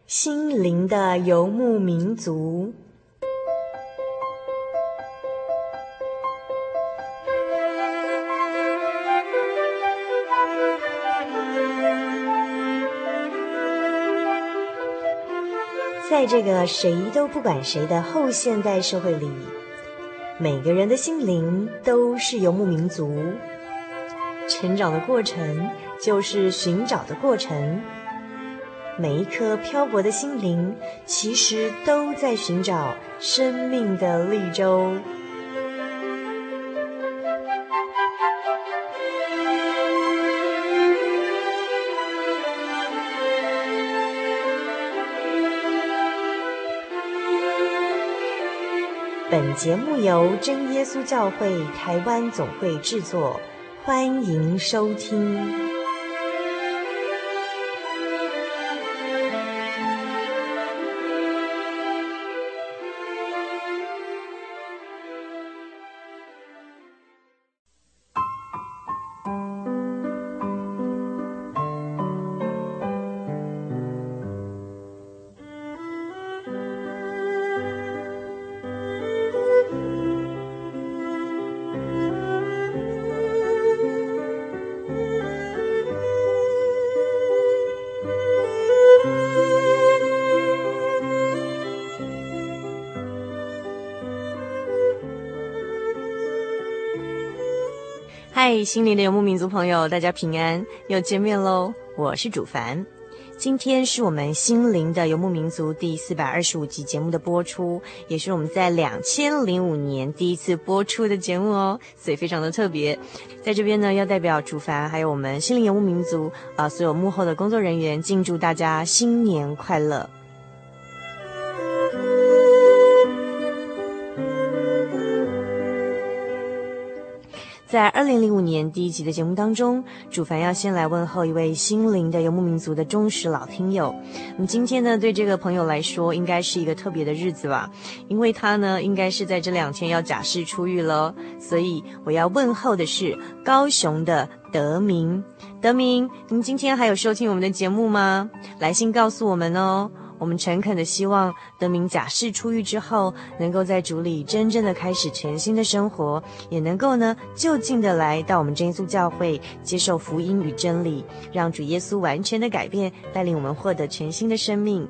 心灵的游牧民族。在这个谁都不管谁的后现代社会里，每个人的心灵都是游牧民族。成长的过程就是寻找的过程，每一颗漂泊的心灵其实都在寻找生命的绿洲。本节目由真耶稣教会台湾总会制作，欢迎收听。嗨，心灵的游牧民族朋友，大家平安，又见面咯，我是主凡。今天是我们心灵的游牧民族第425集节目的播出，也是我们在2005年第一次播出的节目哦，所以非常的特别。在这边呢，要代表主凡还有我们心灵游牧民族所有幕后的工作人员，敬祝大家新年快乐。在2005年第一集的节目当中，主凡要先来问候一位心灵的游牧民族的忠实老听友。那么今天呢，对这个朋友来说应该是一个特别的日子吧，因为他呢应该是在这2天要假释出狱了，所以我要问候的是高雄的德明。德明，您今天还有收听我们的节目吗？来信告诉我们哦。我们诚恳的希望德明假释出狱之后，能够在主里真正的开始全新的生活，也能够呢就近的来到我们真耶稣教会，接受福音与真理，让主耶稣完全的改变，带领我们获得全新的生命。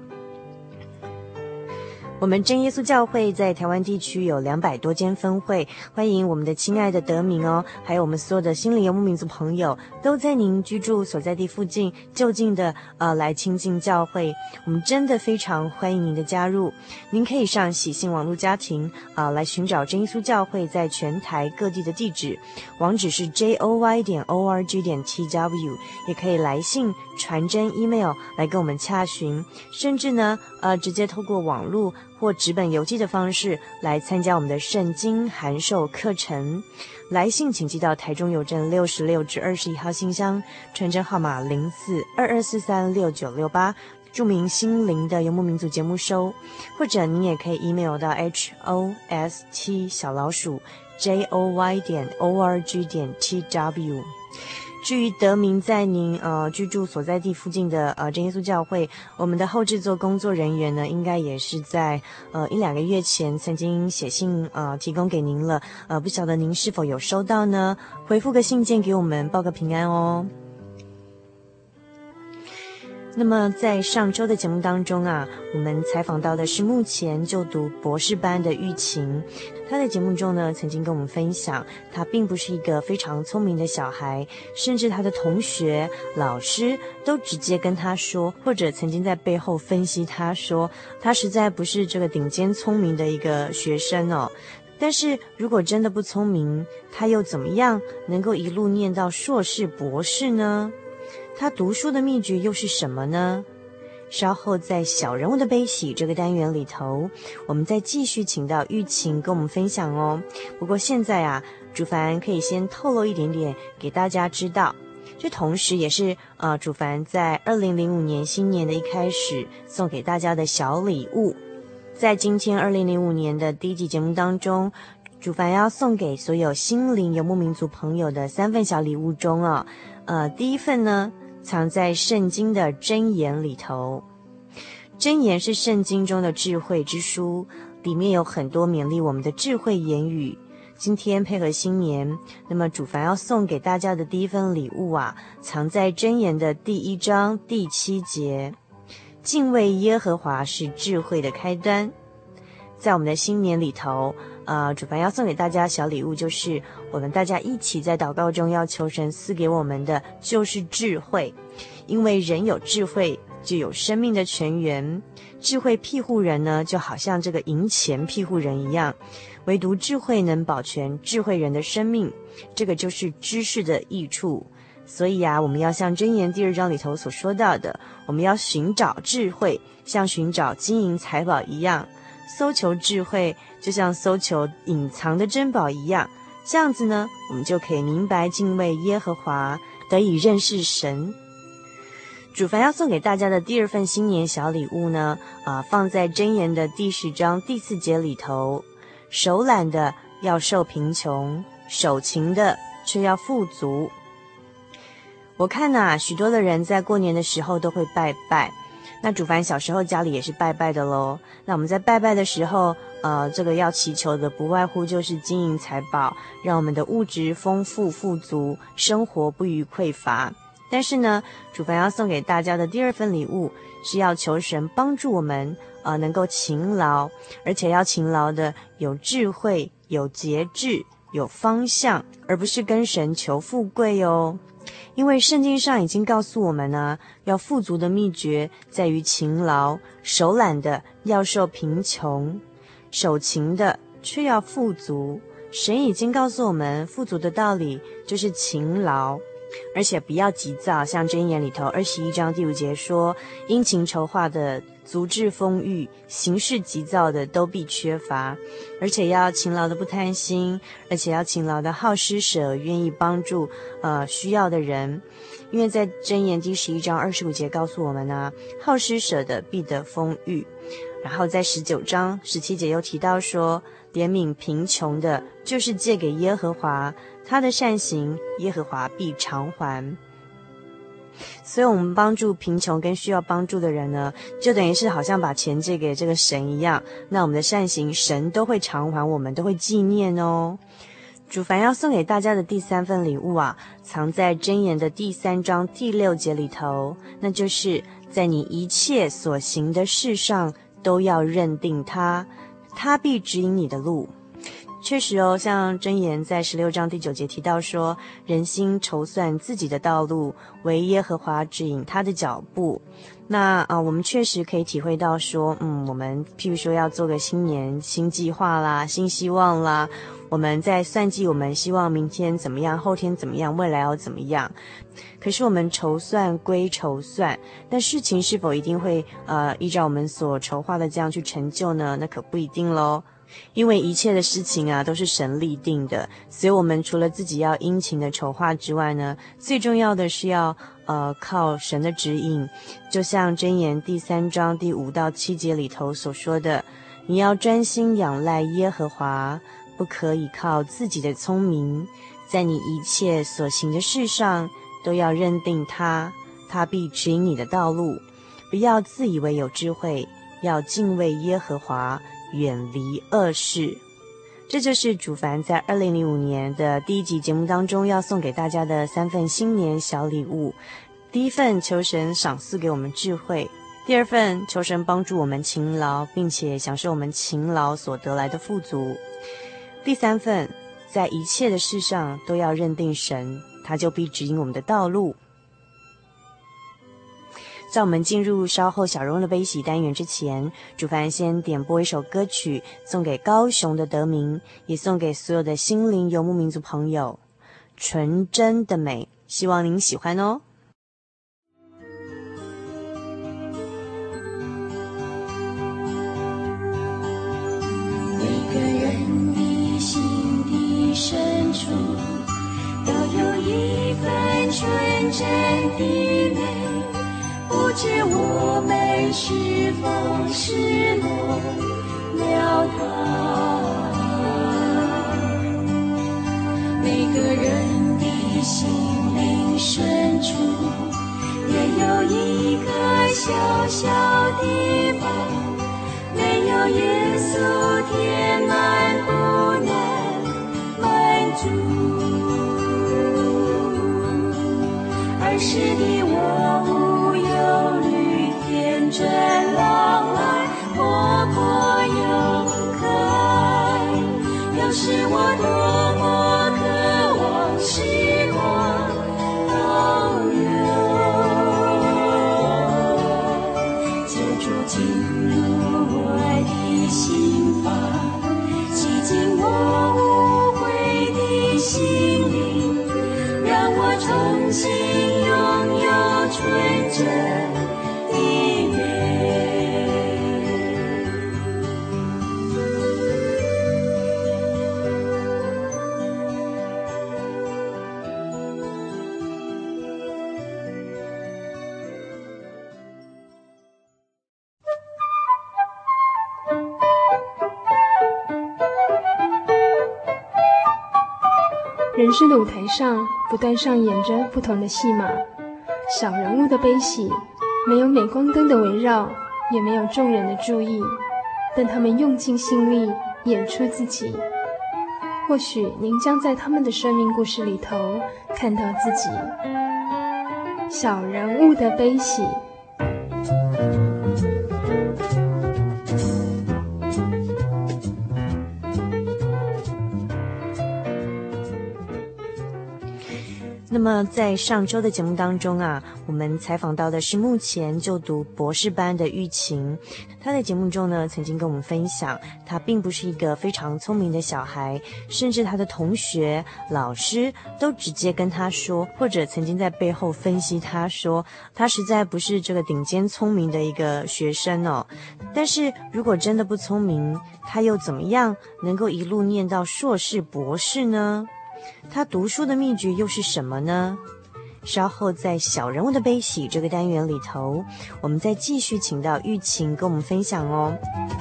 我们真耶稣教会在台湾地区有200多间分会，欢迎我们的亲爱的德明哦，还有我们所有的心灵游牧民族朋友，都在您居住所在地附近就近的来亲近教会，我们真的非常欢迎您的加入。您可以上喜信网络家庭来寻找真耶稣教会在全台各地的地址，网址是 joy.org.tw， 也可以来信传真 email 来跟我们洽询，甚至呢直接透过网络或纸本邮寄的方式来参加我们的圣经函授课程。来信请寄到台中邮政66-21号信箱，传真号码0422436968，注明心灵的游牧民族节目收，或者您也可以 email 到 host_joy.org.tw。至于德明在您居住所在地附近的真耶稣教会，我们的后制作工作人员呢，应该也是在1-2个月前曾经写信提供给您了，不晓得您是否有收到呢？回复个信件给我们，报个平安哦。那么在上周的节目当中我们采访到的是目前就读博士班的玉琴。他在节目中呢，曾经跟我们分享，他并不是一个非常聪明的小孩，甚至他的同学、老师都直接跟他说，或者曾经在背后分析他说，他实在不是这个顶尖聪明的一个学生哦。但是如果真的不聪明，他又怎么样能够一路念到硕士、博士呢？他读书的秘诀又是什么呢？稍后在小人物的悲喜这个单元里头，我们再继续请到玉琴跟我们分享哦。不过现在主凡可以先透露一点点给大家知道，这同时也是主凡在2005年新年的一开始送给大家的小礼物。在今天2005年的第一集节目当中，主凡要送给所有心灵游牧民族朋友的3份小礼物中第一份呢藏在圣经的箴言里头。 箴言是圣经中的智慧之书，里面有很多勉励我们的智慧言语。今天配合新年，那么主凡要送给大家的第一份礼物啊，藏在箴言的第1章第7节。敬畏耶和华是智慧的开端。在我们的新年里头，主凡要送给大家小礼物，就是我们大家一起在祷告中要求神赐给我们的就是智慧，因为人有智慧就有生命的泉源。智慧庇护人呢，就好像这个银钱庇护人一样，唯独智慧能保全智慧人的生命，这个就是知识的益处。所以我们要像箴言第2章里头所说到的，我们要寻找智慧，像寻找金银财宝一样，搜求智慧就像搜求隐藏的珍宝一样。这样子呢，我们就可以明白敬畏耶和华，得以认识神。主凡要送给大家的第2份新年小礼物呢，放在箴言的第10章第4节里头。手懒的要受贫穷，手勤的却要富足。我看许多的人在过年的时候都会拜拜，那主凡小时候家里也是拜拜的咯。那我们在拜拜的时候，这个要祈求的不外乎就是金银财宝，让我们的物质丰富富足，生活不虞匮乏。但是呢，主凡要送给大家的第2份礼物，是要求神帮助我们能够勤劳，而且要勤劳的有智慧、有节制、有方向，而不是跟神求富贵哦。因为圣经上已经告诉我们呢，要富足的秘诀在于勤劳，手懒的要受贫穷，手勤的却要富足。神已经告诉我们，富足的道理就是勤劳，而且不要急躁，像箴言里头21章第5节说，殷勤筹划的足智丰裕，行事急躁的都必缺乏。而且要勤劳的不贪心，而且要勤劳的好施舍，愿意帮助需要的人。因为在箴言第11章25节告诉我们呢，好施舍的必得丰裕。然后在19章17节又提到说，怜悯贫穷的就是借给耶和华，他的善行耶和华必偿还。所以我们帮助贫穷跟需要帮助的人呢，就等于是好像把钱借给这个神一样，那我们的善行神都会偿还我们，都会纪念哦。主凡要送给大家的第3份礼物藏在箴言的第3章第6节里头，那就是在你一切所行的事上都要认定他，他必指引你的路。确实哦，像箴言在16章第9节提到说，人心筹算自己的道路，唯耶和华指引他的脚步。那我们确实可以体会到说，我们譬如说要做个新年新计划啦，新希望啦，我们在算计我们希望明天怎么样，后天怎么样，未来要怎么样。可是我们筹算归筹算，但事情是否一定会依照我们所筹划的这样去成就呢？那可不一定咯。因为一切的事情都是神立定的，所以我们除了自己要殷勤的筹划之外呢，最重要的是要靠神的指引。就像箴言第3章第5到7节里头所说的，你要专心仰赖耶和华，不可以靠自己的聪明，在你一切所行的事上都要认定他，他必指引你的道路。不要自以为有智慧，要敬畏耶和华，远离恶事。这就是主凡在2005年的第1集节目当中要送给大家的3份新年小礼物。第一份，求神赏赐给我们智慧；第2份，求神帮助我们勤劳，并且享受我们勤劳所得来的富足；第3份，在一切的事上都要认定神，他就必指引我们的道路。在我们进入稍后小荣的悲喜单元之前，主凡先点播一首歌曲，送给高雄的德明，也送给所有的心灵游牧民族朋友，纯真的美，希望您喜欢哦。 每个人的心的深处都有一份纯真的美，不知我们是否失落了它。每个人的心灵深处也有一个小小地方，没有耶稣填满不能满足，儿时的我无忧虑，天真浪漫，活泼又可爱。要是我多么渴望时光倒流，救主进入我的心房，洗净我污秽的心灵，让我重新拥有纯真的美。 人生的舞台上不断上演着不同的戏码，小人物的悲喜，没有镁光灯的围绕，也没有众人的注意，但他们用尽心力演出自己。或许您将在他们的生命故事里头看到自己。小人物的悲喜。 那么在上周的节目当中啊，我们采访到的是目前就读博士班的玉琴。她在节目中呢，曾经跟我们分享，她并不是一个非常聪明的小孩，甚至她的同学、老师都直接跟她说，或者曾经在背后分析她说，她实在不是这个顶尖聪明的一个学生哦。但是如果真的不聪明，她又怎么样能够一路念到硕士、博士呢？他读书的秘诀又是什么呢？稍后在小人物的悲喜这个单元里头，我们再继续请到玉琴跟我们分享哦。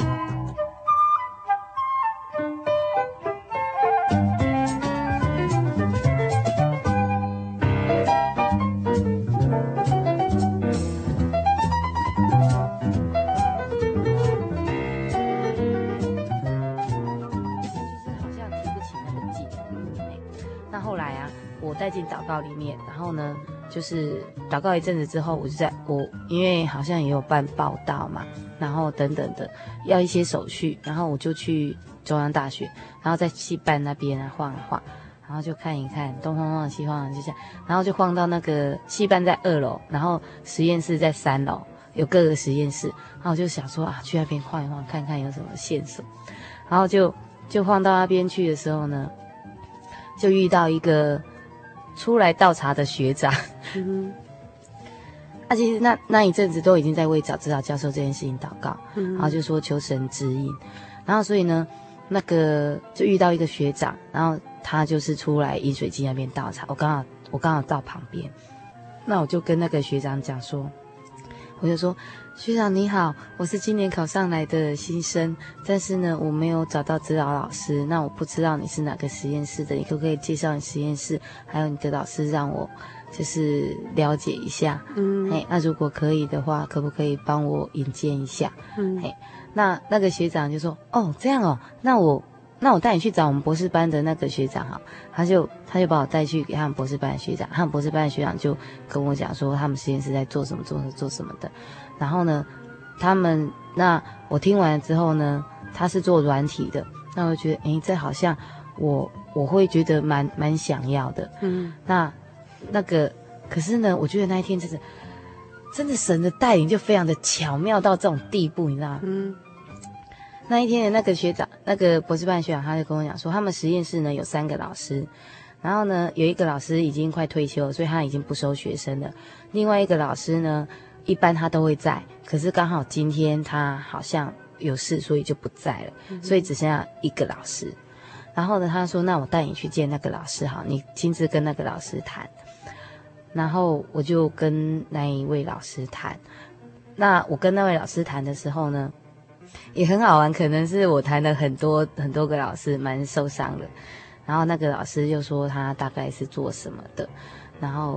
带进祷告里面，然后呢，就是祷告一阵子之后，我因为好像也有办报道嘛，然后等等的要一些手续，然后我就去中央大学，然后在戏班那边啊晃一晃，然后就看一看东晃晃西晃晃就这样，然后就晃到那个戏班在2楼，然后实验室在3楼，有各个实验室，然后我就想说啊，去那边晃一晃，看看有什么线索，然后就晃到那边去的时候呢，就遇到一个初来倒茶的学长，其实那一阵子都已经在为找指导教授这件事情祷告，然后就说求神指引，然后所以呢，那个就遇到一个学长，然后他就是出来饮水机那边倒茶，我刚好到旁边，那我就跟那个学长讲说，我就说学长你好，我是今年考上来的新生，但是呢我没有找到指导老师，那我不知道你是哪个实验室的，你可不可以介绍你实验室还有你的老师让我就是了解一下，那如果可以的话可不可以帮我引荐一下，那个学长就说哦这样哦，那我带你去找我们博士班的那个学长哈，他就把我带去给他们博士班的学长，他们博士班的学长就跟我讲说他们实验室在做什么的，然后呢那我听完之后呢，他是做软体的，那我就觉得这好像我会觉得蛮想要的，那个可是呢，我觉得那一天真的神的带领就非常的巧妙到这种地步，你知道吗？那一天的那个学长，那个博士班学长，他就跟我讲说，他们实验室呢有3个老师，然后呢有一个老师已经快退休了，所以他已经不收学生了。另外一个老师呢，一般他都会在，可是刚好今天他好像有事，所以就不在了，所以只剩下1个老师。然后呢，他说：“那我带你去见那个老师，好，你亲自跟那个老师谈。”然后我就跟那一位老师谈。那我跟那位老师谈的时候呢，也很好玩，可能是我谈了很多个老师，蛮受伤的。然后那个老师就说他大概是做什么的，然后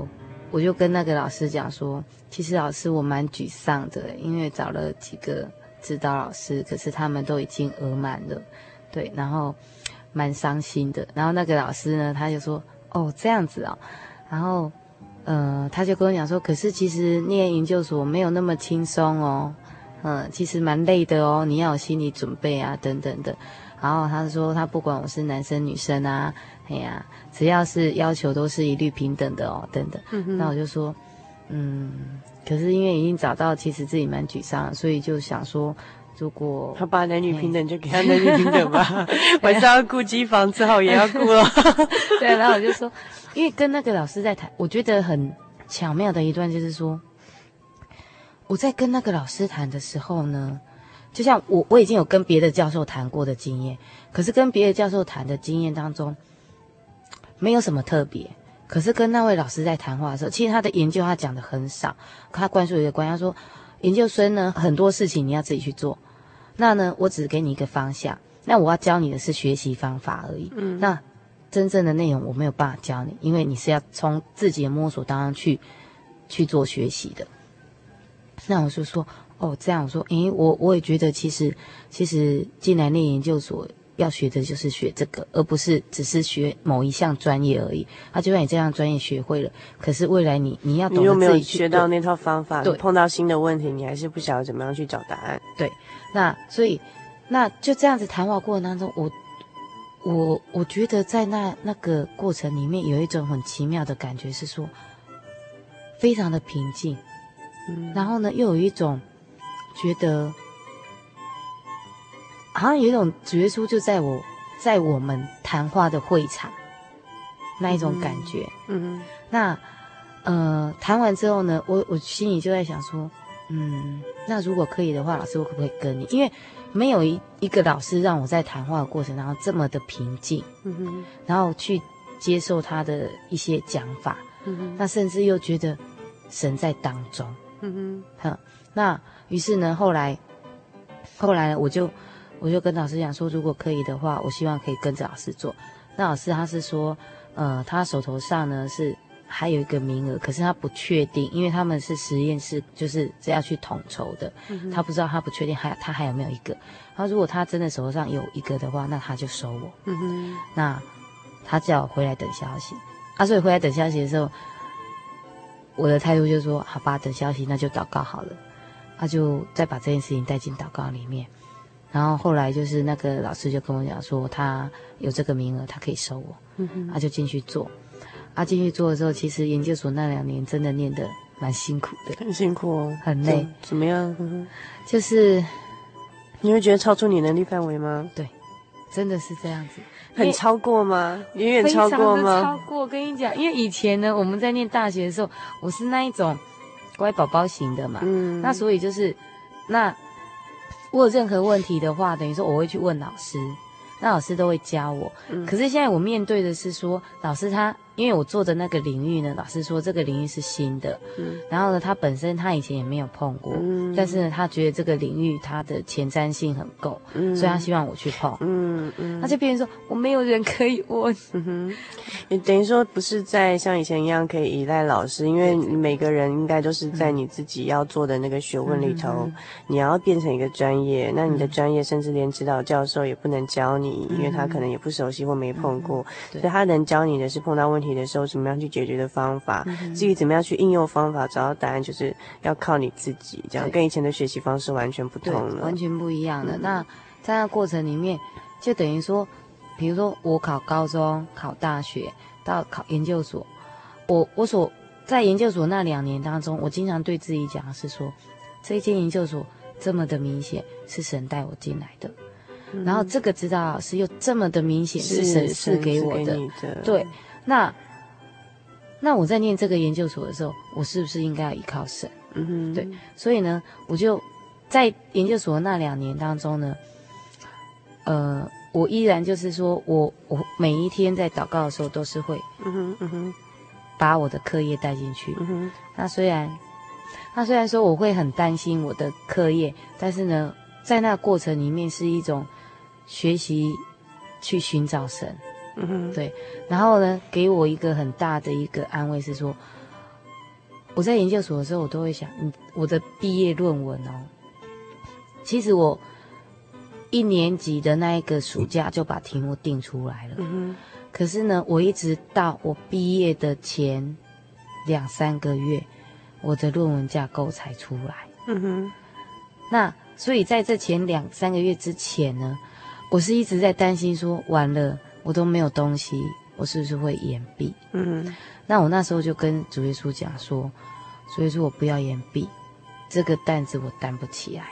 我就跟那个老师讲说，其实老师我蛮沮丧的，因为找了几个指导老师，可是他们都已经额满了，对，然后蛮伤心的。然后那个老师呢，他就说，哦，这样子哦，然后他就跟我讲说，可是其实念研究所没有那么轻松哦，其实蛮累的哦，你要有心理准备啊，等等的。然后他说，他不管我是男生女生啊，哎呀，只要是要求都是一律平等的哦，等等。那我就说，可是因为已经找到，其实自己蛮沮丧，所以就想说，如果他把男女平等就给他男女平等吧，晚上要顾机房，只好也要顾了。 对，然后我就说，因为跟那个老师在谈，我觉得很巧妙的一段就是说，我在跟那个老师谈的时候呢，就像我已经有跟别的教授谈过的经验，可是跟别的教授谈的经验当中，没有什么特别。可是跟那位老师在谈话的时候，其实他的研究他讲的很少，他灌输一个观念，他说研究生呢很多事情你要自己去做，那呢我只给你一个方向，那我要教你的是学习方法而已。那真正的内容我没有办法教你，因为你是要从自己的摸索当中去做学习的。那我就说哦，这样我说，我也觉得其实进来念研究所要学的就是学这个，而不是只是学某一项专业而已。就算你这项专业学会了，可是未来你要懂得自己去， 你又没有学到那套方法， 对， 你碰到新的问题，你还是不晓得怎么样去找答案。 对，那所以那就这样子谈话过程当中，我觉得在那个过程里面有一种很奇妙的感觉，是说非常的平静，然后呢又有一种觉得好像有一种主耶稣就在我们谈话的会场那一种感觉。那谈完之后呢，我心里就在想说，那如果可以的话，老师我可不可以跟你？因为没有一个老师让我在谈话的过程当中这么的平静，然后去接受他的一些讲法，那甚至又觉得神在当中，那于是呢，后来我就跟老师讲说，如果可以的话，我希望可以跟着老师做。那老师他是说，他手头上呢是还有一个名额，可是他不确定，因为他们是实验室，就是要去统筹的，他不知道，他不确定他还有没有一个。然后如果他真的手头上有一个的话，那他就收我。那他叫我回来等消息。所以回来等消息的时候，我的态度就是说，好吧，等消息那就祷告好了。就再把这件事情带进祷告里面。然后后来就是那个老师就跟我讲说，他有这个名额，他可以收我。就进去做。进去做的时候，其实研究所那2年真的念得蛮辛苦的， 很辛苦哦， 很累。 怎么样？ 就是你会觉得超出你能力范围吗？ 对，真的是这样子。 很超过吗？远远超过吗？ 非常的超过。跟你讲，因为以前呢，我们在念大学的时候，我是那一种乖宝宝型的嘛，那所以就是那我有任何问题的话，等于说我会去问老师，那老师都会教我。可是现在我面对的是说，老师他因为我做的那个领域呢，老师说这个领域是新的，然后呢他本身他以前也没有碰过，但是呢他觉得这个领域它的前瞻性很够，所以他希望我去碰。那就变成说我没有人可以问。 也等于说不是在像以前一样可以依赖老师，因为每个人应该都是在你自己要做的那个学问里头，你要变成一个专业，那你的专业甚至连指导教授也不能教你，因为他可能也不熟悉或没碰过，所以他能教你的是碰到问题的时候怎么样去解决的方法，至于怎么样去应用方法找到答案，就是要靠你自己，这样跟以前的学习方式完全不同了， 完全不一样的。那在那过程里面，就等于说，比如说我考高中、考大学到考研究所，我所在研究所那2年当中，我经常对自己讲的是说，这一间研究所这么的明显是神带我进来的，然后这个指导老师又这么的明显是神赐给我的，对。那我在念这个研究所的时候，我是不是应该要依靠神？对。所以呢，我就在研究所那2年当中呢，我依然就是说我每一天在祷告的时候都是会把我的课业带进去。那虽然说我会很担心我的课业，但是呢，在那个过程里面是一种学习去寻找神。对。然后呢，给我一个很大的一个安慰是说， 我在研究所的时候，我都会想，我的毕业论文哦，其实我1年级的那一个暑假就把题目定出来了。可是呢，我一直到我毕业的前2-3个月，我的论文架构才出来。那所以在这前2-3个月之前呢，我是一直在担心说，完了，我都没有东西，我是不是会延毕？那我那时候就跟主耶稣讲说，主耶稣，我不要延毕，这个担子我担不起来。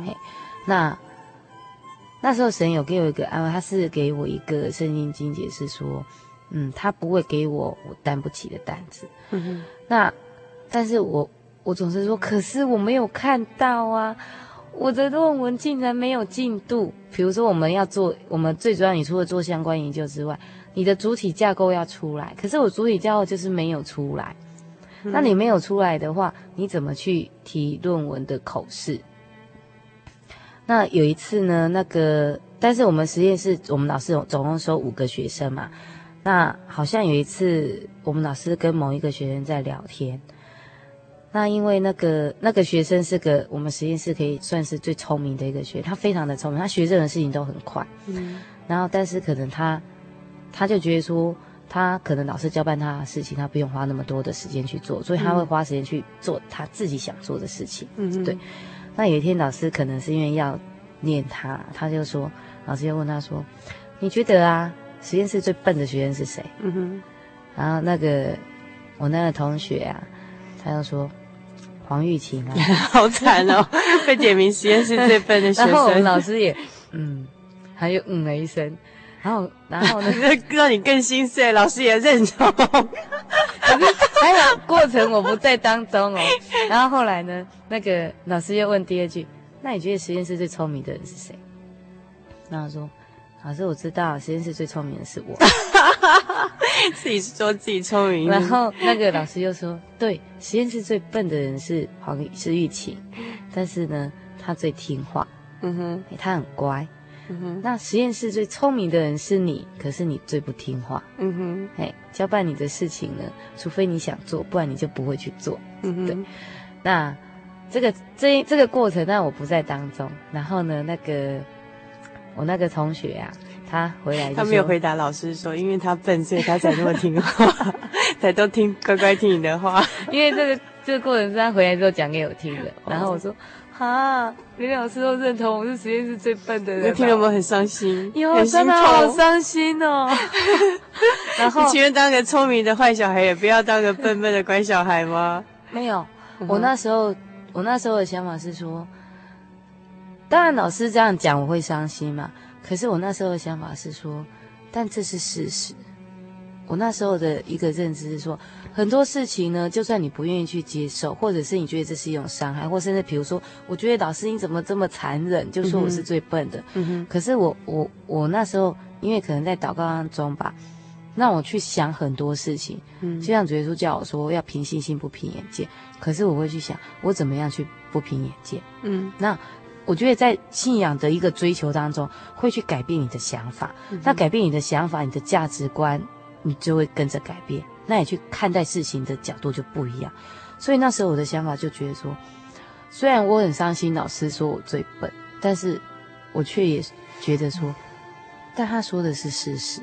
那时候神有给我一个安慰，他是给我一个圣经经节，是说，他不会给我担不起的担子。但是我总是说，可是我没有看到啊，我的论文竟然没有进度。比如说我们最主要，你除了做相关研究之外，你的主体架构要出来，可是我主体架构就是没有出来。那你没有出来的话，你怎么去提论文的口试？那有一次呢，但是我们实验室，我们老师总共收5个学生嘛。那好像有一次，我们老师跟某一个学生在聊天。那因为那个学生是我们实验室可以算是最聪明的一个学生，他非常的聪明，他学任何事情都很快。然后但是可能他就觉得说，他可能老师交办他的事情，他不用花那么多的时间去做，所以他会花时间去做他自己想做的事情。对。那有一天老师可能是因为要念他就说，老师就问他说，你觉得啊，实验室最笨的学生是谁？然后我那个同学啊，他就说黄玉琴啊。 好惨哦，被点名实验室最笨的学生。 然后我们老师也他就了一声，然后呢让你更心碎，老师也认同。 可是还有过程我不在当中哦。然后后来呢，老师又问第2句，那你觉得实验室最聪明的人是谁？然后说，老师我知道实验室最聪明的是我。 自己说自己聪明。 然后老师又说，对，实验室最笨的人是玉琴，但是呢他最听话。他很乖。那实验室最聪明的人是你，可是你最不听话。交办你的事情呢，除非你想做，不然你就不会去做。对。那这个过程，但我不在当中。然后呢，我那个同学啊，他回来就说， 他没有回答老师说，因为他笨，所以他才那么听话，才都乖乖听你的话。 因为这个过程是他回来之后讲给我听的。然后我说，连老师都认同我是实验室最笨的人。 你听了有没有很伤心？ 有，真的好伤心哦。然后， 你情愿当个聪明的坏小孩，也不要当个笨笨的乖小孩吗？ 没有，我那时候的想法是说，当然老师这样讲我会伤心嘛。可是我那时候的想法是说，但这是事实。我那时候的一个认知是说，很多事情呢，就算你不愿意去接受，或者是你觉得这是一种伤害，或甚至比如说，我觉得老师你怎么这么残忍，就说我是最笨的。可是我那时候因为可能在祷告当中吧，让我去想很多事情。就像主耶稣叫我说要凭信心不凭眼见，可是我会去想我怎么样去不凭眼见。那我觉得在信仰的一个追求当中，会去改变你的想法。那改变你的想法，你的价值观，你就会跟着改变。那你去看待事情的角度就不一样。所以那时候我的想法就觉得说，虽然我很伤心老师说我最笨，但是我却也觉得说，但他说的是事实。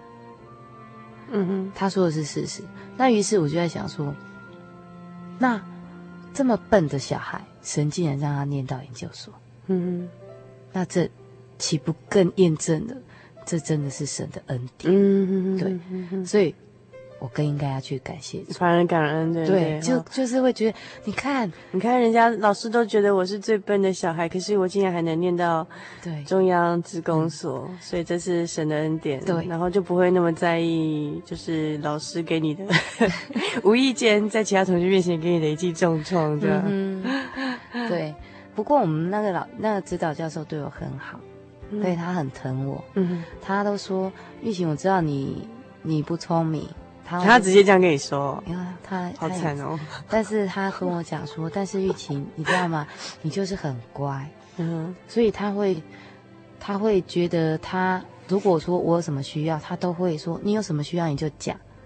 他说的是事实。那于是我就在想说，那这么笨的小孩，神竟然让他念到研究所。那这岂不更验证了这真的是神的恩典？对，所以我更应该要去感谢主， 反而感恩。对， 就是会觉得，你看人家老师都觉得我是最笨的小孩，可是我竟然还能念到中央职工所，所以这是神的恩典。 对， 然后就不会那么在意，就是老师给你的无意间在其他同学面前给你的一记重创，这样。 对。不过我们那个指导教授对我很好，对，他很疼我。他都说，玉琴，我知道你不聪明。 他直接这样跟你说， 他好惨哦。 但是他跟我讲说，但是玉琴，你知道吗？你就是很乖。所以他会觉得他如果说我有什么需要，他都会说你有什么需要你就讲。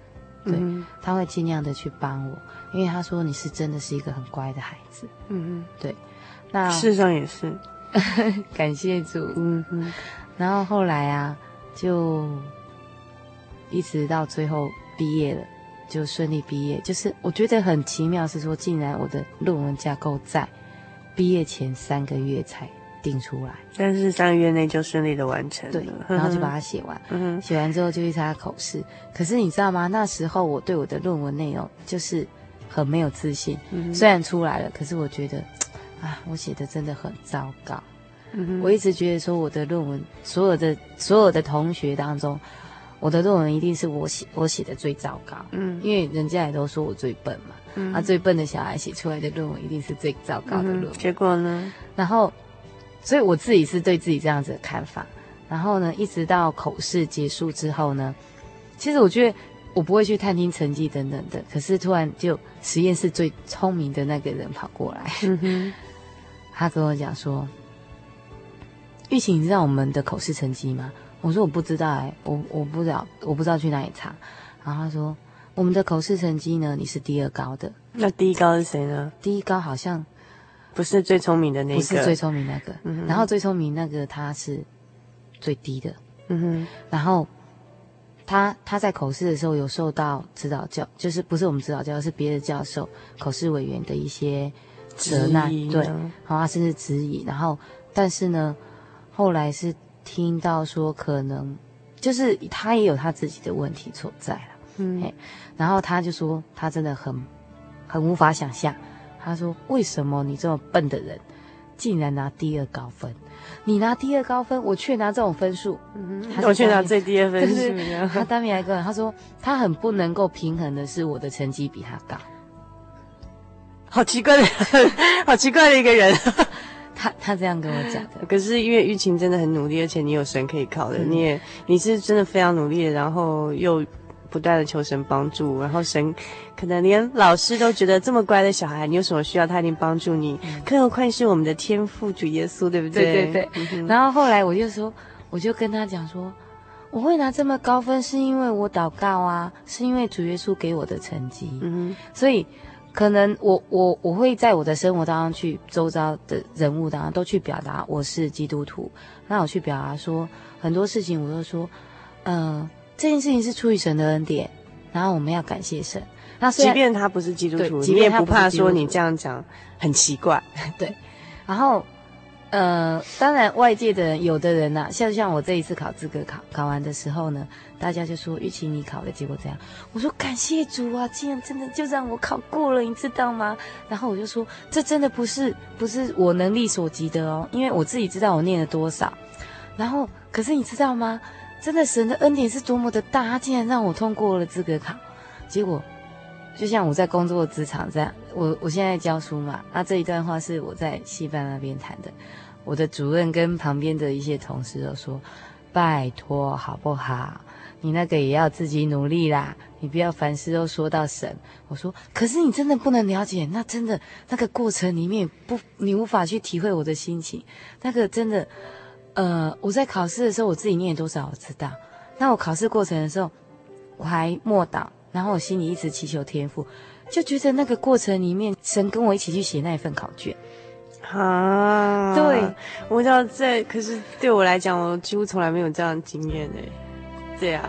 对，他会尽量的去帮我，因为他说你是真的是一个很乖的孩子。对，那事实上也是， 感谢主。然后后来啊，就一直到最后毕业了，就顺利毕业。就是我觉得很奇妙是说，竟然我的论文架构在毕业前3个月才定出来， 但是3个月内就顺利的完成了。 对，然后就把它写完。写完之后就去参加口试。可是你知道吗？那时候我对我的论文内容就是很没有自信。虽然出来了，可是我觉得啊，我写的真的很糟糕。我一直觉得说我的论文，所有的同学当中，我的论文一定是我写的最糟糕。因为人家也都说我最笨嘛。最笨的小孩写出来的论文一定是最糟糕的论文。 结果呢？ 然后，所以我自己是对自己这样子的看法。然后呢，一直到口试结束之后呢，其实我觉得我不会去探听成绩等等的，可是突然就实验室最聪明的那个人跑过来，他跟我讲说：“玉琴，你知道我们的口试成绩吗？”我说：“我不知道我不知道去哪里查。”然后他说：“我们的口试成绩呢，你是第2高的。” 那第1高是谁呢？ 第1高好像不是最聪明的那个， 不是最聪明那个。然后最聪明那个他是最低的。然后他在口试的时候有受到指导教，就是不是我们指导教，是别的教授、口试委员的一些责难，对，然后甚至质疑。然后但是呢，后来是听到说可能就是他也有他自己的问题所在了。然后他就说他真的很无法想象，他说为什么你这么笨的人竟然拿第2高分，你拿第2高分，我却拿这种分数。 我却拿最低的分数。 他当面来跟我他说他很不能够平衡的是我的成绩比他高。 好奇怪的一个人。 他这样跟我讲的。 可是因为玉琴真的很努力，而且你有神可以靠的，你是真的非常努力的，然后又不断的求神帮助，然后神可能连老师都觉得这么乖的小孩，你有什么需要他一定帮助你，更何况是我们的天父主耶稣，对不对？ 对。然后后来我就跟他讲说，我会拿这么高分是因为我祷告啊，是因为主耶稣给我的成绩。所以可能我会在我的生活当中去周遭的人物当中都去表达我是基督徒，那我去表达说很多事情我都说这件事情是出于神的恩典，然后我们要感谢神。那即便他不是基督徒，你也不怕说你这样讲很奇怪。 对。然后当然外界的人，有的人啊，像我这一次考资格考完的时候呢，大家就说玉琴你考的结果怎样？我说感谢主啊，竟然真的就让我考过了，你知道吗？然后我就说这真的不是我能力所及的哦，因为我自己知道我念了多少。然后可是你知道吗？真的神的恩典是多么的大，他竟然让我通过了资格考。结果就像我在工作职场这样，我现在教书嘛，这一段话是我在戏班那边谈的。我的主任跟旁边的一些同事都说，拜托好不好，你那个也要自己努力啦，你不要凡事都说到神。我说可是你真的不能了解，那真的那个过程里面你无法去体会我的心情，那个真的我在考试的时候我自己念多少我知道，那我考试过程的时候我还默祷，然后我心里一直祈求天父，就觉得那个过程里面神跟我一起去写那一份考卷。 对，我知道可是对我来讲，我几乎从来没有这样的经验诶。对啊。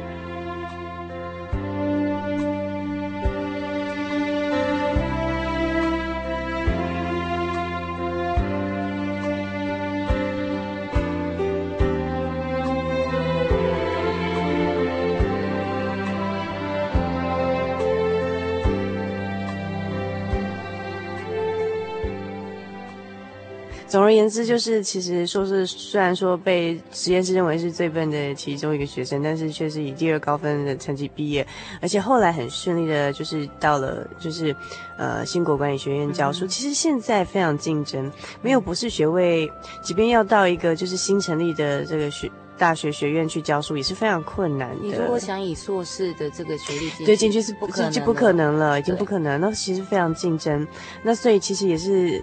总而言之，就是其实说是虽然说被实验室认为是最笨的其中一个学生，但是却是以第2高分的成绩毕业，而且后来很顺利的，就是到了就是新国管理学院教书。其实现在非常竞争，没有博士学位，即便要到一个就是新成立的这个大学学院去教书也是非常困难的。 你如果想以硕士的这个学历进去， 对，进去是不可能了，已经不可能。那其实非常竞争，那所以其实也是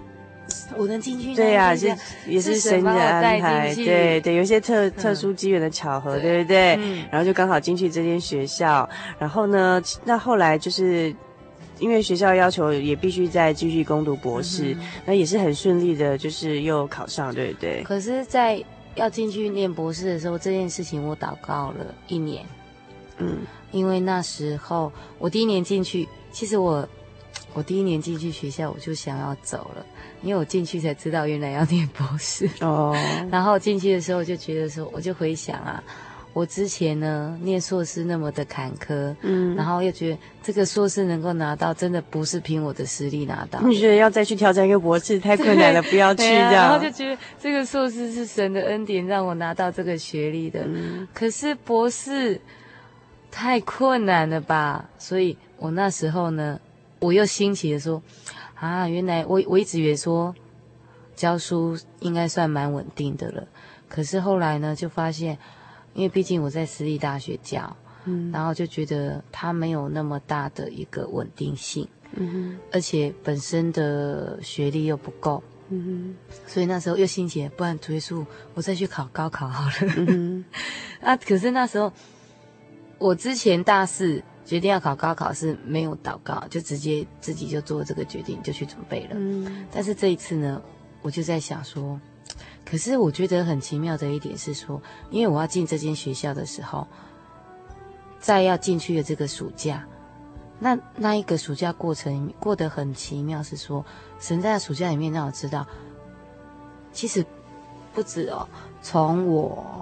我能进去， 对呀， 也是神的安排，对对，有一些特殊机缘的巧合，对不对？然后就刚好进去这间学校，然后呢，那后来就是因为学校要求也必须再继续攻读博士，那也是很顺利的，就是又考上，对不对？ 可是，在要进去念博士的时候，这件事情我祷告了1年，因为那时候我第一年进去，其实我第一年进去学校我就想要走了，因为我进去才知道原来要念博士哦。然后进去的时候就觉得说，我就回想啊，我之前呢念硕士那么的坎坷，然后又觉得这个硕士能够拿到，真的不是凭我的实力拿到。 你觉得要再去挑战一个博士太困难了，不要去这样。 然后就觉得这个硕士是神的恩典让我拿到这个学历的，可是博士太困难了吧？所以我那时候呢，我又兴起的说，啊，原来我一直以为说教书应该算蛮稳定的了，可是后来呢，就发现，因为毕竟我在私立大学教，然后就觉得它没有那么大的一个稳定性，而且本身的学历又不够，所以那时候又兴起，不然主耶稣，我再去考高考好了。啊，可是那时候我之前大4决定要考高考是没有祷告，就直接自己就做这个决定，就去准备了。但是这一次呢，我就在想说，可是我觉得很奇妙的一点是说，因为我要进这间学校的时候，在要进去的这个暑假，那一个暑假过程过得很奇妙，是说神在暑假里面让我知道，其实不止哦，从我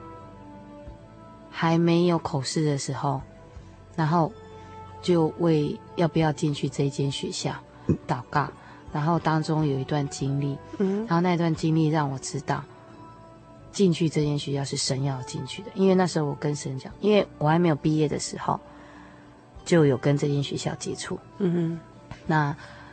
还没有口试的时候，然后就为要不要进去这一间学校祷告，然后当中有一段经历，然后那段经历让我知道进去这间学校是神要进去的。因为那时候我跟神讲，因为我还没有毕业的时候就有跟这间学校接触，那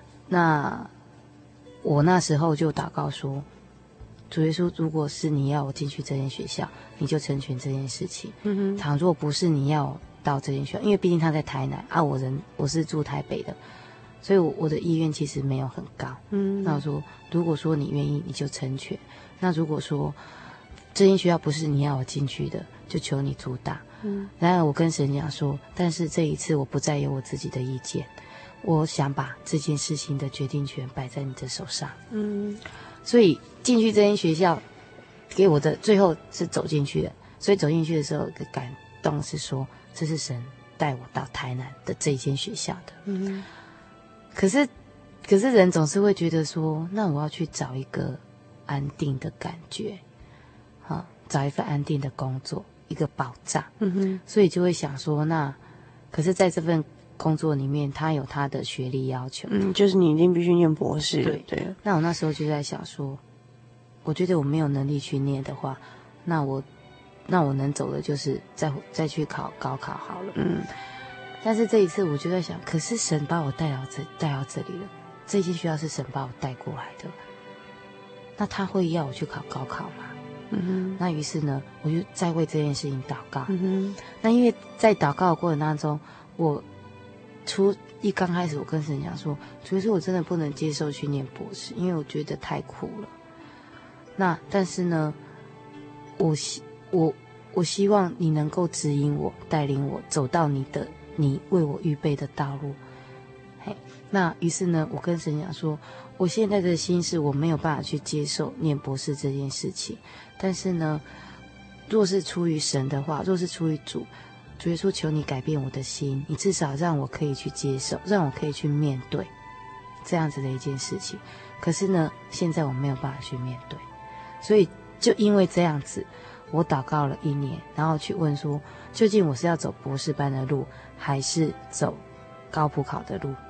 我那时候就祷告说，主耶稣，如果是你要我进去这间学校，你就成全这件事情。倘若不是你要我到这间学校，因为毕竟他在台南啊，我是住台北的，所以我的意愿其实没有很高。那我说，如果说你愿意，你就成全；那如果说这间学校不是你要我进去的，就求你主打。然后我跟神讲说，但是这一次我不再有我自己的意见，我想把这件事情的决定权摆在你的手上。所以进去这间学校给我的最后是走进去的，所以走进去的时候的感动是说，这是神带我到台南的这一间学校的。可是人总是会觉得说，那我要去找一个安定的感觉，找一份安定的工作，一个保障。所以就会想说，那可是在这份工作里面，他有他的学历要求， 就是你一定必须念博士。对。 那我那时候就在想说，我觉得我没有能力去念的话，那我能走的就是再去考高考好了。但是这一次我就在想，可是神把我带到这里了，这间学校是神把我带过来的，那他会要我去考高考吗？那于是呢，我就再为这件事情祷告。那因为在祷告的过程当中，我刚开始我跟神讲说，主耶稣，我真的不能接受去念博士，因为我觉得太苦了。那但是呢，我希望你能够指引我，带领我走到你为我预备的道路。那于是呢，我跟神讲说，我现在的心是我没有办法去接受念博士这件事情，但是呢，若是出于神的话，若是出于主耶稣，求你改变我的心，你至少让我可以去接受，让我可以去面对这样子的一件事情。可是呢，现在我没有办法去面对，所以就因为这样子，我祷告了1年，然后去问说，究竟我是要走博士班的路，还是走高普考的路？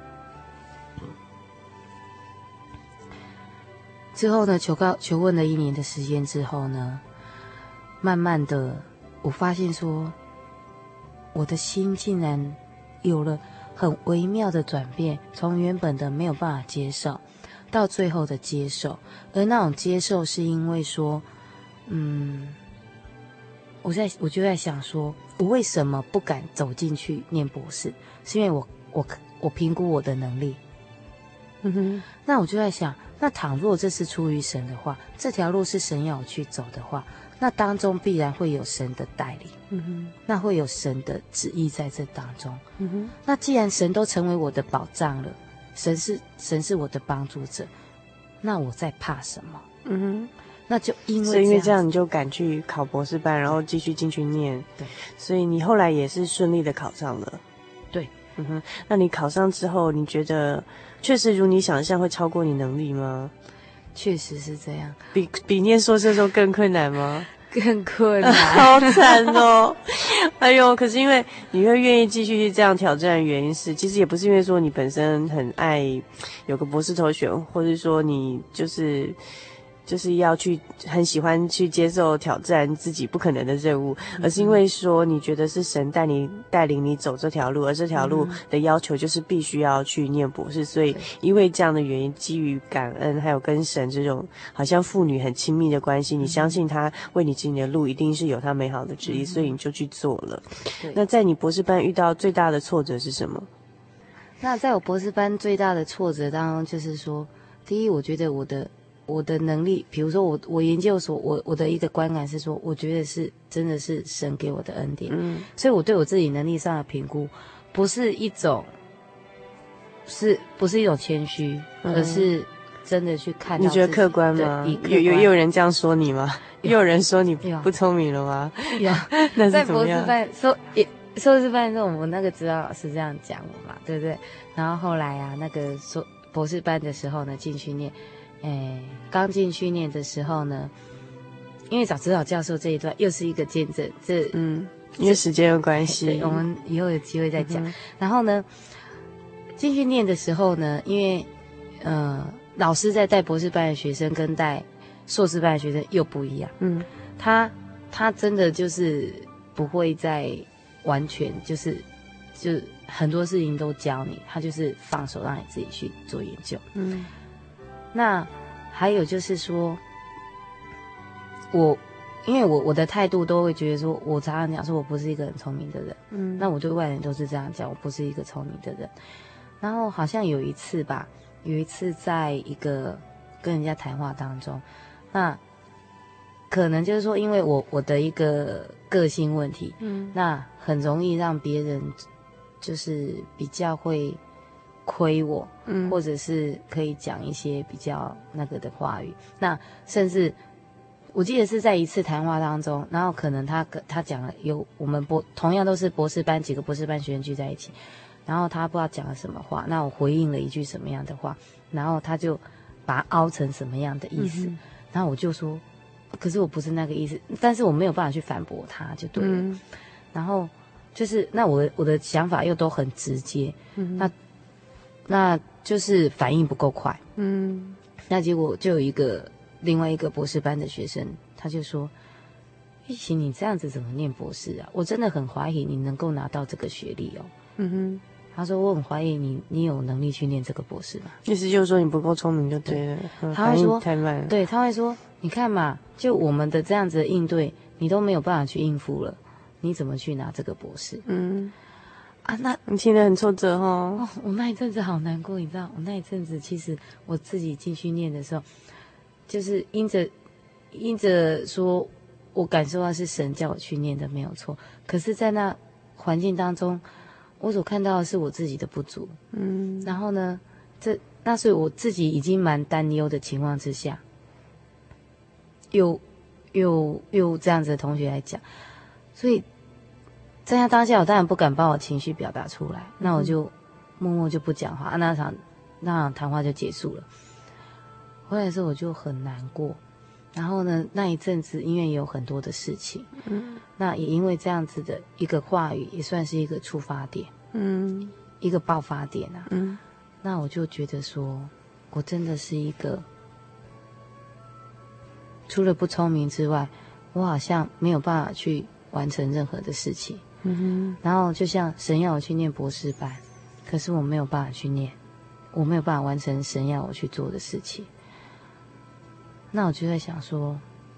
之后呢，求问了1年的时间之后呢，慢慢的我发现说，我的心竟然有了很微妙的转变，从原本的没有办法接受到最后的接受。而那种接受是因为说，我就在想说，我为什么不敢走进去念博士，是因为我评估我的能力。那我就在想， 那倘若这是出于神的话，这条路是神要我去走的话，那当中必然会有神的带领，那会有神的旨意在这当中。那既然神都成为我的保障了，神是我的帮助者，那我在怕什么？那就因为这样你就敢去考博士班，然后继续进去念。 对， 所以你后来也是顺利的考上了。 对， 那你考上之后，你觉得确实如你想象会超过你能力吗？ 确实是这样。 比念硕士的时候更困难吗？ 更困难。 好惨哦。哎呦，可是因为你会愿意继续这样挑战的原因是，其实也不是因为说你本身很爱有个博士头衔，或者说你就是要去很喜欢去接受挑战自己不可能的任务，而是因为说你觉得是神带领你走这条路，而这条路的要求就是必须要去念博士，所以因为这样的原因，基于感恩还有跟神这种好像父女很亲密的关系，你相信他为你指你的路一定是有他美好的旨意，所以你就去做了。那在你博士班遇到最大的挫折是什么？ 那在我博士班最大的挫折当中，就是说，第一，我觉得我的能力，比如说我研究所，我的一个观感是说，我觉得是真的是神给我的恩典，所以我对我自己能力上的评估，不是一种谦虚，而是真的去看到。 你觉得客观吗？有人这样说你吗？也有人说你不聪明了吗？ 有。 那是怎么样？ 在硕士班的时候，我们那个指导老师这样讲我嘛，对不对？然后后来啊，那个博士班的时候呢，进去念。刚进去念的时候呢，因为找指导教授这一段又是一个见证， 因为时间的关系， 我们以后有机会再讲。然后呢，进去念的时候呢，因为老师在带博士班的学生跟带硕士班的学生又不一样，他真的就是不会再完全就很多事情都教你，他就是放手让你自己去做研究，那还有就是说，因为我的态度都会觉得说，我常常讲说我不是一个很聪明的人，那我对外人都是这样讲，我不是一个聪明的人。然后好像有一次在一个跟人家谈话当中，那可能就是说，因为我的一个个性问题，那很容易让别人就是比较会亏我，或者是可以讲一些比较那个的话语。那甚至我记得是在一次谈话当中，然后可能他讲了有我们同样都是博士班几个博士班学生聚在一起，然后他不知道讲了什么话，那我回应了一句什么样的话，然后他就把它凹成什么样的意思，然后我就说，可是我不是那个意思，但是我没有办法去反驳他，就对了。然后就是那我的想法又都很直接，那就是反应不够快，那结果就有另外一个博士班的学生，他就说：“玉琪，你这样子怎么念博士啊？我真的很怀疑你能够拿到这个学历哦。”他说：“我很怀疑你有能力去念这个博士吗？” 意思就是说你不够聪明就对了， 他会说太慢了。 对，他会说：“你看嘛，就我们的这样子的应对，你都没有办法去应付了，你怎么去拿这个博士？”那你听得很挫折哦。 我那一阵子好难过，你知道，我那一阵子其实我自己进去念的时候，就是因着说，我感受到是神叫我去念的没有错，可是在那环境当中，我所看到的是我自己的不足，然后呢，所以我自己已经蛮担忧的情况之下，又这样子的同学来讲，所以。在他当下，我当然不敢把我情绪表达出来，那我就默默就不讲话，那场谈话就结束了。回来的时候我就很难过，然后呢，那一阵子因为有很多的事情，那也因为这样子的一个话语，也算是一个出发点，一个爆发点啊，那我就觉得说，我真的是一个除了不聪明之外，我好像没有办法去完成任何的事情。然后就像神要我去念博士班，可是我没有办法去念，我没有办法完成神要我去做的事情。那我就在想说，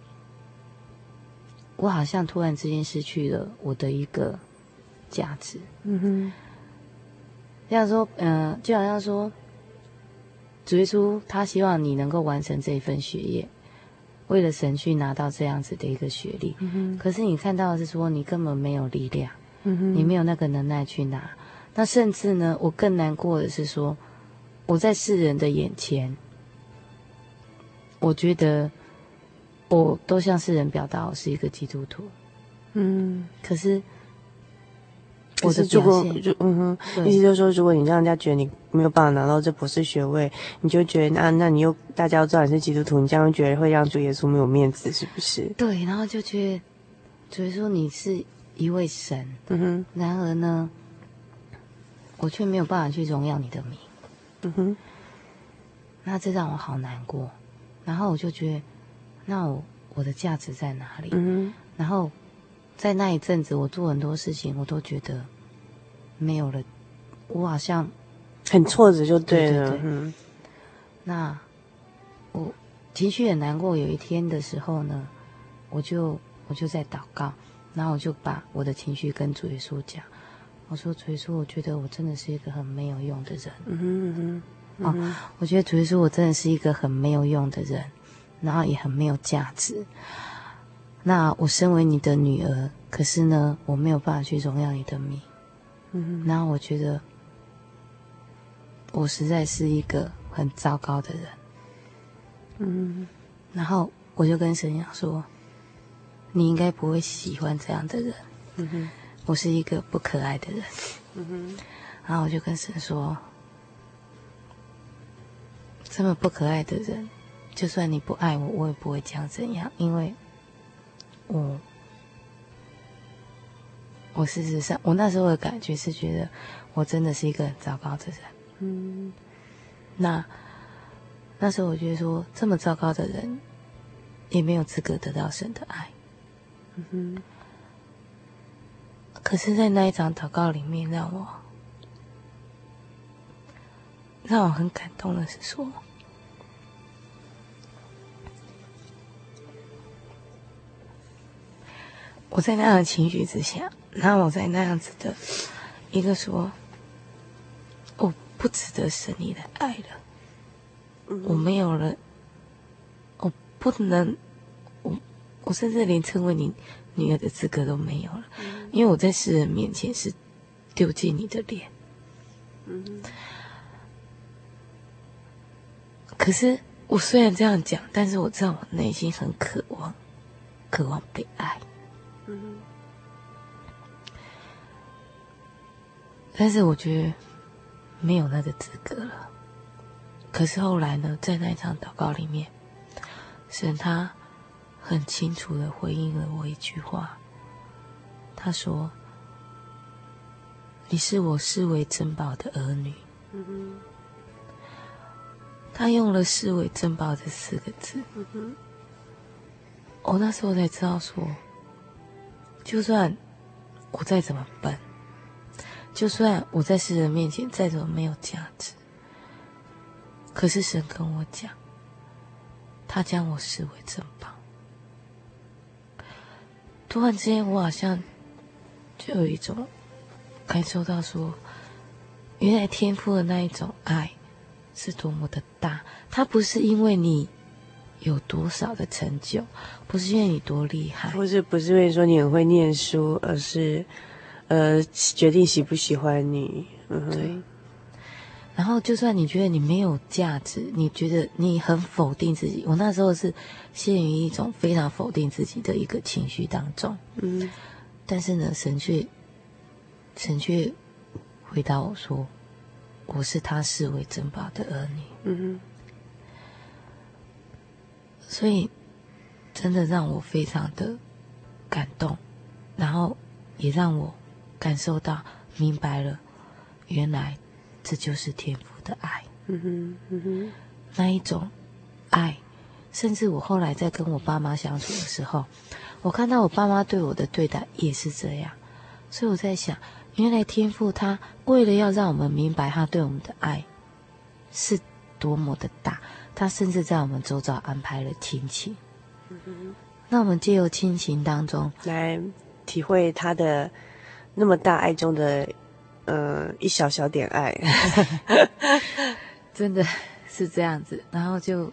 我好像突然之间失去了我的一个价值。就好像说， 主耶稣他希望你能够完成这一份学业，为了神去拿到这样子的一个学历。可是你看到的是说你根本没有力量，你没有那个能耐去拿。那甚至呢，我更难过的是说，我在世人的眼前，我觉得我都向世人表达我是一个基督徒。可是我的表现， 意思就是说，如果你让人家觉得你没有办法拿到这博士学位，你就觉得那你又大家都知道你是基督徒，你这样觉得会让主耶稣没有面子，是不是？ 对，然后就觉得主耶稣你是一位神，然而呢，我却没有办法去荣耀你的名。那这让我好难过。然后我就觉得，那我的价值在哪里？然后在那一阵子，我做很多事情，我都觉得没有了，我好像很挫折就对了。 对。那我情绪很难过。有一天的时候呢，我就在祷告，然后我就把我的情绪跟主耶稣讲。我说主耶稣，我觉得我真的是一个很没有用的人。我觉得主耶稣，我真的是一个很没有用的人，然后也很没有价值。那我身为你的女儿，可是呢，我没有办法去荣耀你的名。然后我觉得我实在是一个很糟糕的人。然后我就跟神讲说，你应该不会喜欢这样的人。我是一个不可爱的人。然后我就跟神说，这么不可爱的人，就算你不爱我，我也不会讲怎样，因为我事实上，我那时候的感觉是觉得我真的是一个很糟糕的人。那时候我觉得说，这么糟糕的人也没有资格得到神的爱。可是在那一场祷告里面，让我很感动的是说，我在那样的情绪之下，然后我在那样子的一个说，我不值得神你的爱了，我没有了，我不能，我甚至连成为你女儿的资格都没有了，因为我在世人面前是丢尽你的脸。可是我虽然这样讲，但是我知道我内心很渴望被爱。但是我觉得没有那个资格了。可是后来呢，在那一场祷告里面，神他很清楚地回应了我一句话，他说，你是我视为珍宝的儿女。他用了视为珍宝这4个字。我那时候才知道说，就算我再怎么笨，就算我在世人面前再怎么没有价值，可是神跟我讲，他将我视为珍宝。突然之间，我好像就有一种感受到说，原来天父的那一种爱是多么的大。他不是因为你有多少的成就，不是因为你多厉害， 不是因为说你很会念书，而是决定喜不喜欢你。 对。然后就算你觉得你没有价值，你觉得你很否定自己，我那时候是陷于一种非常否定自己的一个情绪当中。但是呢，神却回答我说，我是他视为珍宝的儿女。所以真的让我非常的感动，然后也让我感受到明白了，原来这就是天父的爱。那一种爱，甚至我后来在跟我爸妈相处的时候，我看到我爸妈对我的对待也是这样。所以我在想，原来天父他为了要让我们明白他对我们的爱是多么的大，他甚至在我们周遭安排了亲情。那我们借由亲情当中来体会他的那么大爱中的一小小点爱。 真的是这样子。然后就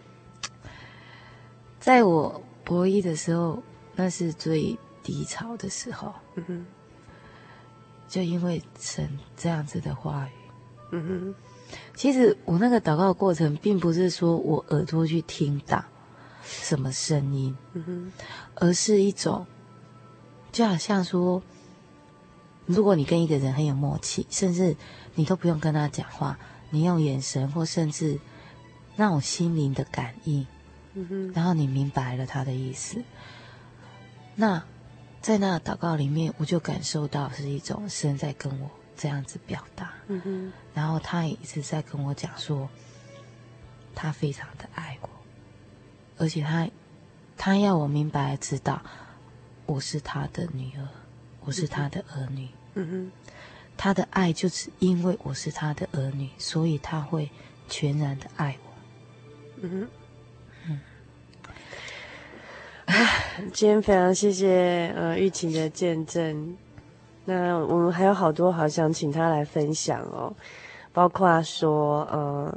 在我博一的时候，那是最低潮的时候。就因为神这样子的话语。其实我那个祷告的过程，并不是说我耳朵去听到什么声音，而是一种，就好像说，如果你跟一个人很有默契，甚至你都不用跟他讲话，你用眼神或甚至那种心灵的感应，然后你明白了他的意思。那在那祷告里面，我就感受到是一种神在跟我这样子表达，然后他也一直在跟我讲说，他非常的爱我，而且他要我明白知道，我是他的女儿，我是他的儿女，他的爱就是因为我是他的儿女，所以他会全然的爱我。 今天非常谢谢玉琴的见证。那我们还有好多好想请他来分享哦，包括说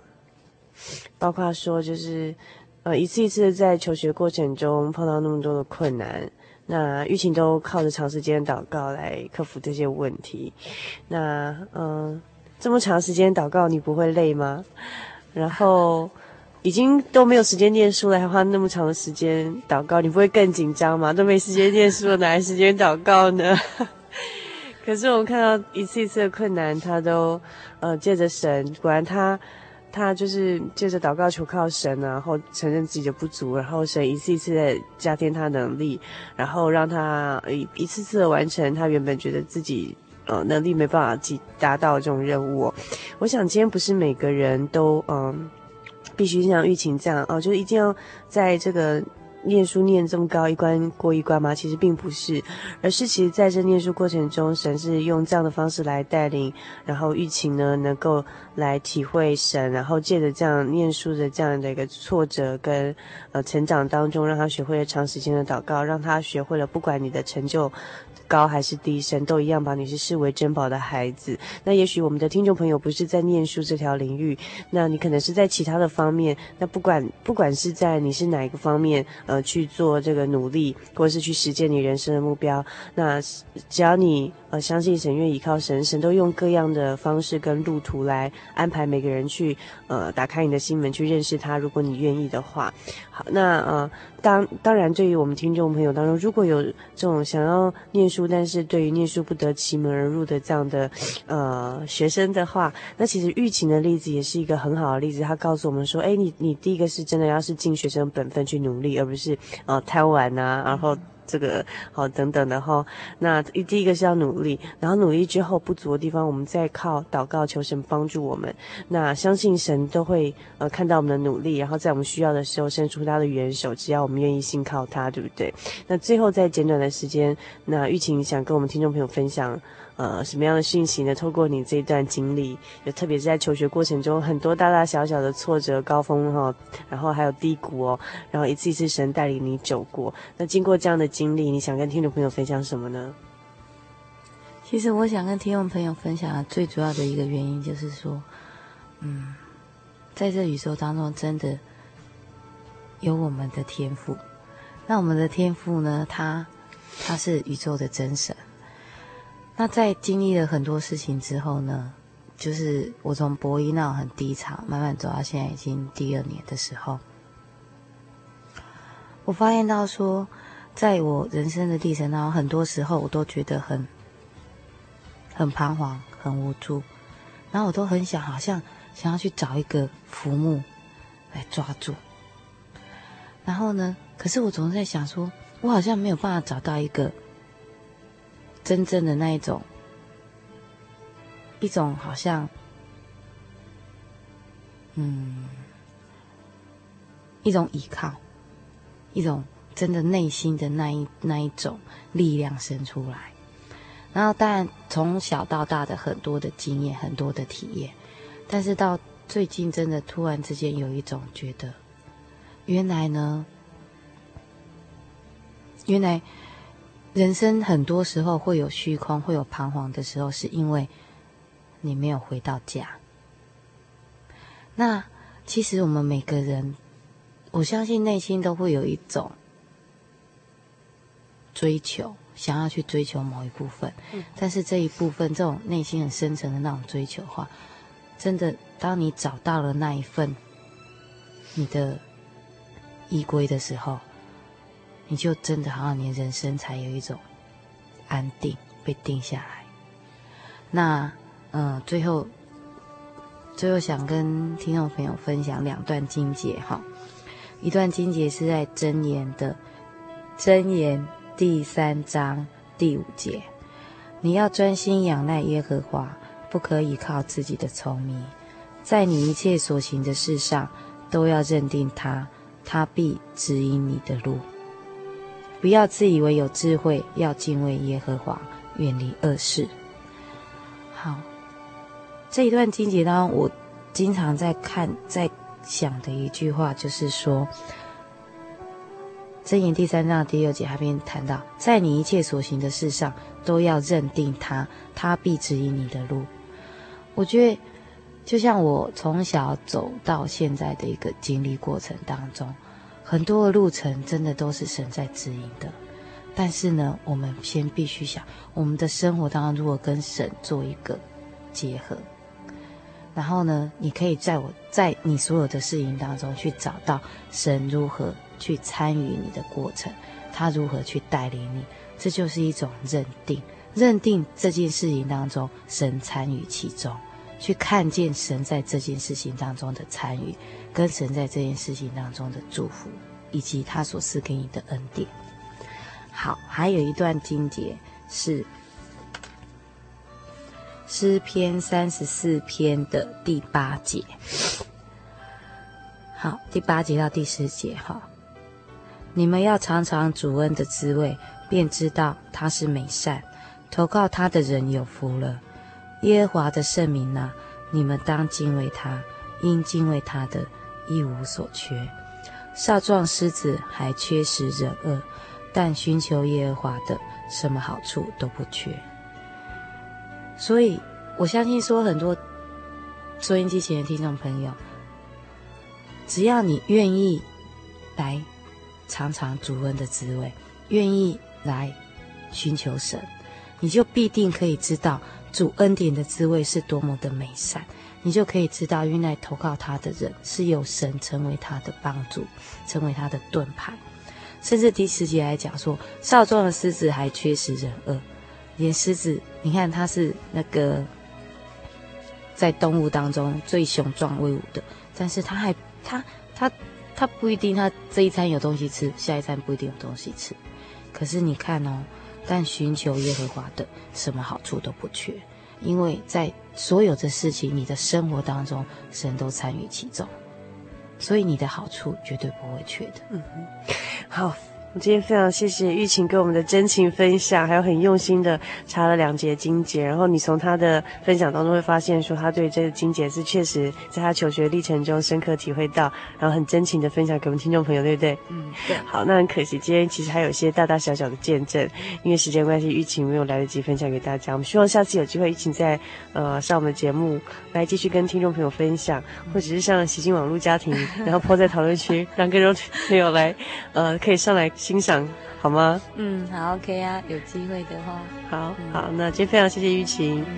就是一次一次的在求学过程中碰到那么多的困难，那玉琴都靠着长时间祷告来克服这些问题。那这么长时间祷告你不会累吗？然后已经都没有时间念书了，还花那么长的时间祷告，你不会更紧张吗？都没时间念书了，哪来时间祷告呢？可是我们看到一次一次的困难，他都借着神，果然他就是借着祷告求靠神啊，然后承认自己的不足，然后神一次一次的加添他能力，然后让他一次次的完成他原本觉得自己能力没办法达到这种任务。我想今天不是每个人都必须像玉琴这样就是一定要在这个念书念这么高一关过一关吗？其实并不是，而是其实在这念书过程中，神是用这样的方式来带领，然后玉琴呢能够来体会神，然后借着这样念书的这样的一个挫折跟成长当中，让他学会了长时间的祷告，让他学会了不管你的成就高还是低，神都一样把你是视为珍宝的孩子。那也许我们的听众朋友不是在念书这条领域，那你可能是在其他的方面，那不管是在你是哪一个方面去做这个努力，或者是去实践你人生的目标，那只要你相信神，愿意依靠神，神都用各样的方式跟路途来安排每个人去打开你的心门去认识他，如果你愿意的话。好，那当然对于我们听众朋友当中，如果有这种想要念书但是对于念书不得其门而入的这样的学生的话，那其实玉琴的例子也是一个很好的例子。他告诉我们说，你第一个是真的要是尽学生本分去努力，而不是贪玩啊，然后这个等等的哈。那第一个是要努力，然后努力之后不足的地方，我们再靠祷告求神帮助我们。那相信神都会看到我们的努力，然后在我们需要的时候伸出他的援手，只要我们愿意信靠他，对不对？那最后在简短的时间，那玉琴想跟我们听众朋友分享什么样的讯息呢？透过你这一段经历，就特别是在求学过程中很多大大小小的挫折高峰然后还有低谷然后一次一次神带领你走过。那经过这样的经历，你想跟听众朋友分享什么呢？ 其实我想跟听众朋友分享的最主要的一个原因就是说，在这宇宙当中真的有我们的天父。那我们的天父呢，他是宇宙的真神。那在经历了很多事情之后呢，就是我从博一那种很低潮慢慢走到现在已经第2年的时候，我发现到说，在我人生的历程当中，很多时候我都觉得很彷徨，很无助，然后我都很好像想要去找一个浮木来抓住。然后呢，可是我总是在想说，我好像没有办法找到一个真正的那一种好像一种依靠，一种真的内心的那一种力量生出来。然后当然从小到大的很多的经验，很多的体验，但是到最近真的突然之间有一种觉得，原来人生很多时候会有虚空，会有彷徨的时候，是因为你没有回到家。那其实我们每个人，我相信内心都会有一种追求，想要去追求某一部分，但是这一部分这种内心很深层的那种追求的话，真的当你找到了那一份你的依归的时候，你就真的好像你的人生才有一种安定，被定下来。那最后想跟听众朋友分享2段经节哈。一段经节是在箴言第3章第5节，你要专心仰赖耶和华，不可倚靠自己的聪明，在你一切所行的事上都要认定他，他必指引你的路。不要自以为有智慧，要敬畏耶和华，远离恶事。好，这一段经节当中，我经常在想的一句话就是说，箴言第3章第6节那边谈到，在你一切所行的事上都要认定他，他必指引你的路。我觉得就像我从小走到现在的一个经历过程当中，很多的路程真的都是神在指引的，但是呢，我们先必须想，我们的生活当中如果跟神做一个结合，然后呢，你可以在你所有的事情当中去找到神如何去参与你的过程，他如何去带领你，这就是一种认定这件事情当中神参与其中，去看见神在这件事情当中的参与，跟神在这件事情当中的祝福，以及他所赐给你的恩典。好，还有一段经节是诗篇34篇的第8节。好，第8节到第10节哈。你们要尝尝主恩的滋味，便知道他是美善，投靠他的人有福了。耶和华的圣名啊，你们当敬畏他，因敬畏他的一无所缺。少壮狮子还缺食忍饿，但寻求耶和华的，什么好处都不缺。所以我相信说，很多收音机前的听众朋友，只要你愿意来尝尝主恩的滋味，愿意来寻求神，你就必定可以知道主恩典的滋味是多么的美善，你就可以知道原来投靠他的人是有神成为他的帮助，成为他的盾牌。甚至第10节来讲说，少壮的狮子还缺食忍饿。连狮子，你看它是那个在动物当中最雄壮威武的，但是它不一定，它这一餐有东西吃，下一餐不一定有东西吃。可是你看哦，但寻求耶和华的，什么好处都不缺，因为在所有的事情，你的生活当中，神都参与其中，所以你的好处绝对不会缺的。 好。我今天非常谢谢玉琴给我们的真情分享，还有很用心的查了2节经节，然后你从他的分享当中会发现说，他对这个经节是确实在他求学历程中深刻体会到，然后很真情的分享给我们听众朋友，对不对？ 对。 好，那很可惜今天其实还有一些大大小小的见证，因为时间关系，玉琴没有来得及分享给大家。我们希望下次有机会玉琴再上我们的节目来继续跟听众朋友分享，或者是上喜金网络家庭，然后po在讨论区，让更多朋友来可以上来欣赏，好吗？ 好 OK 啊，有机会的话。 好，那今天非常谢谢玉琴。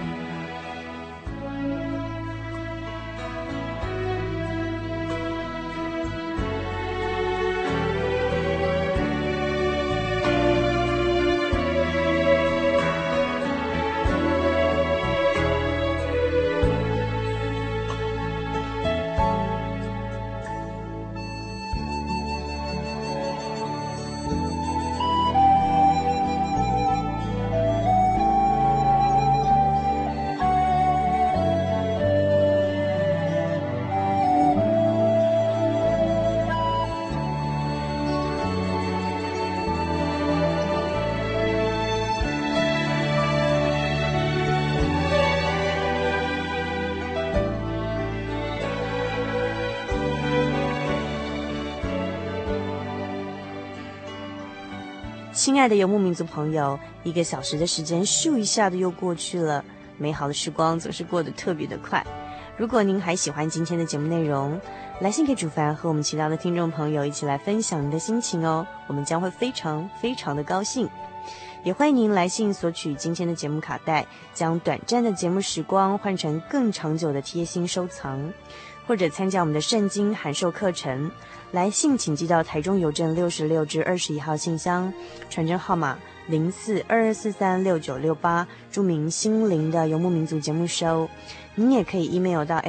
亲爱的游牧民族朋友，1个小时的时间咻一下的又过去了，美好的时光总是过得特别的快。如果您还喜欢今天的节目内容， 来信给主凡和我们其他的听众朋友一起来分享您的心情哦，我们将会非常非常的高兴。也欢迎您来信索取今天的节目卡带，将短暂的节目时光换成更长久的贴心收藏，或者参加我们的圣经函授课程。来信请寄到台中邮政66至21号信箱，传真号码0422436968，注明心灵的游牧民族节目收。您也可以 email 到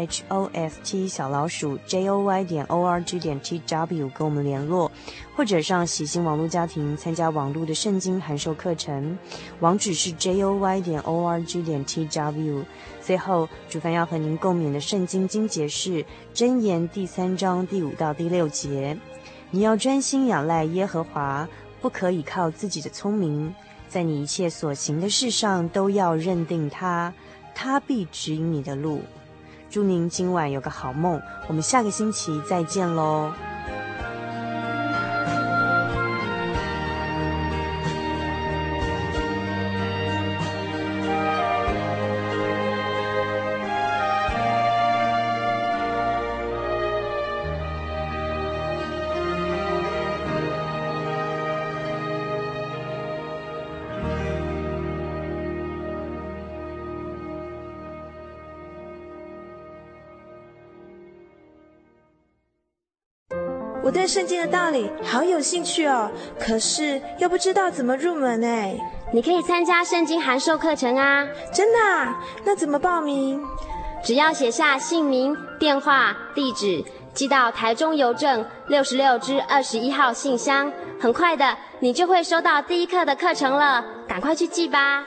host@joy.org.tw 跟我们联络，或者上喜信网络家庭参加网络的圣经函授课程，网址是 joy.org.tw。最后，主凡要和您共勉的圣经经节是箴言第3章第5到第6节：你要专心仰赖耶和华，不可以靠自己的聪明，在你一切所行的事上都要认定他，他必指引你的路。祝您今晚有个好梦，我们下个星期再见喽。 我对圣经的道理好有兴趣哦，可是又不知道怎么入门哎。 你可以参加圣经函授课程啊。 真的啊？那怎么报名？ 只要写下姓名、电话、地址，寄到台中邮政66至21号信箱，很快的你就会收到第一课的课程了，赶快去寄吧。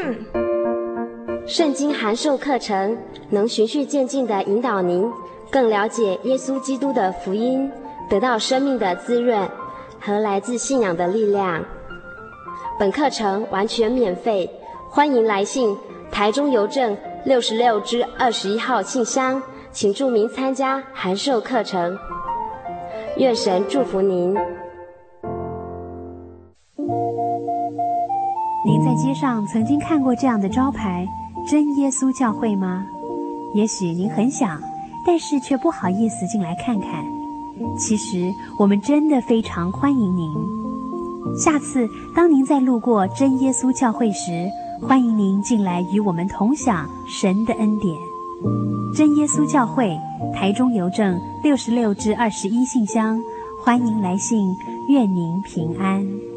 圣经函授课程能循序渐进地引导您更了解耶稣基督的福音，得到生命的滋润和来自信仰的力量。本课程完全免费，欢迎来信台中邮政66至21号信箱，请注明参加函授课程。愿神祝福您。 您在街上曾经看过这样的招牌真耶稣教会吗？也许您很想，但是却不好意思进来看看。其实我们真的非常欢迎您。下次当您在路过真耶稣教会时，欢迎您进来与我们同享神的恩典。真耶稣教会，台中邮政66至21信箱，欢迎来信，愿您平安。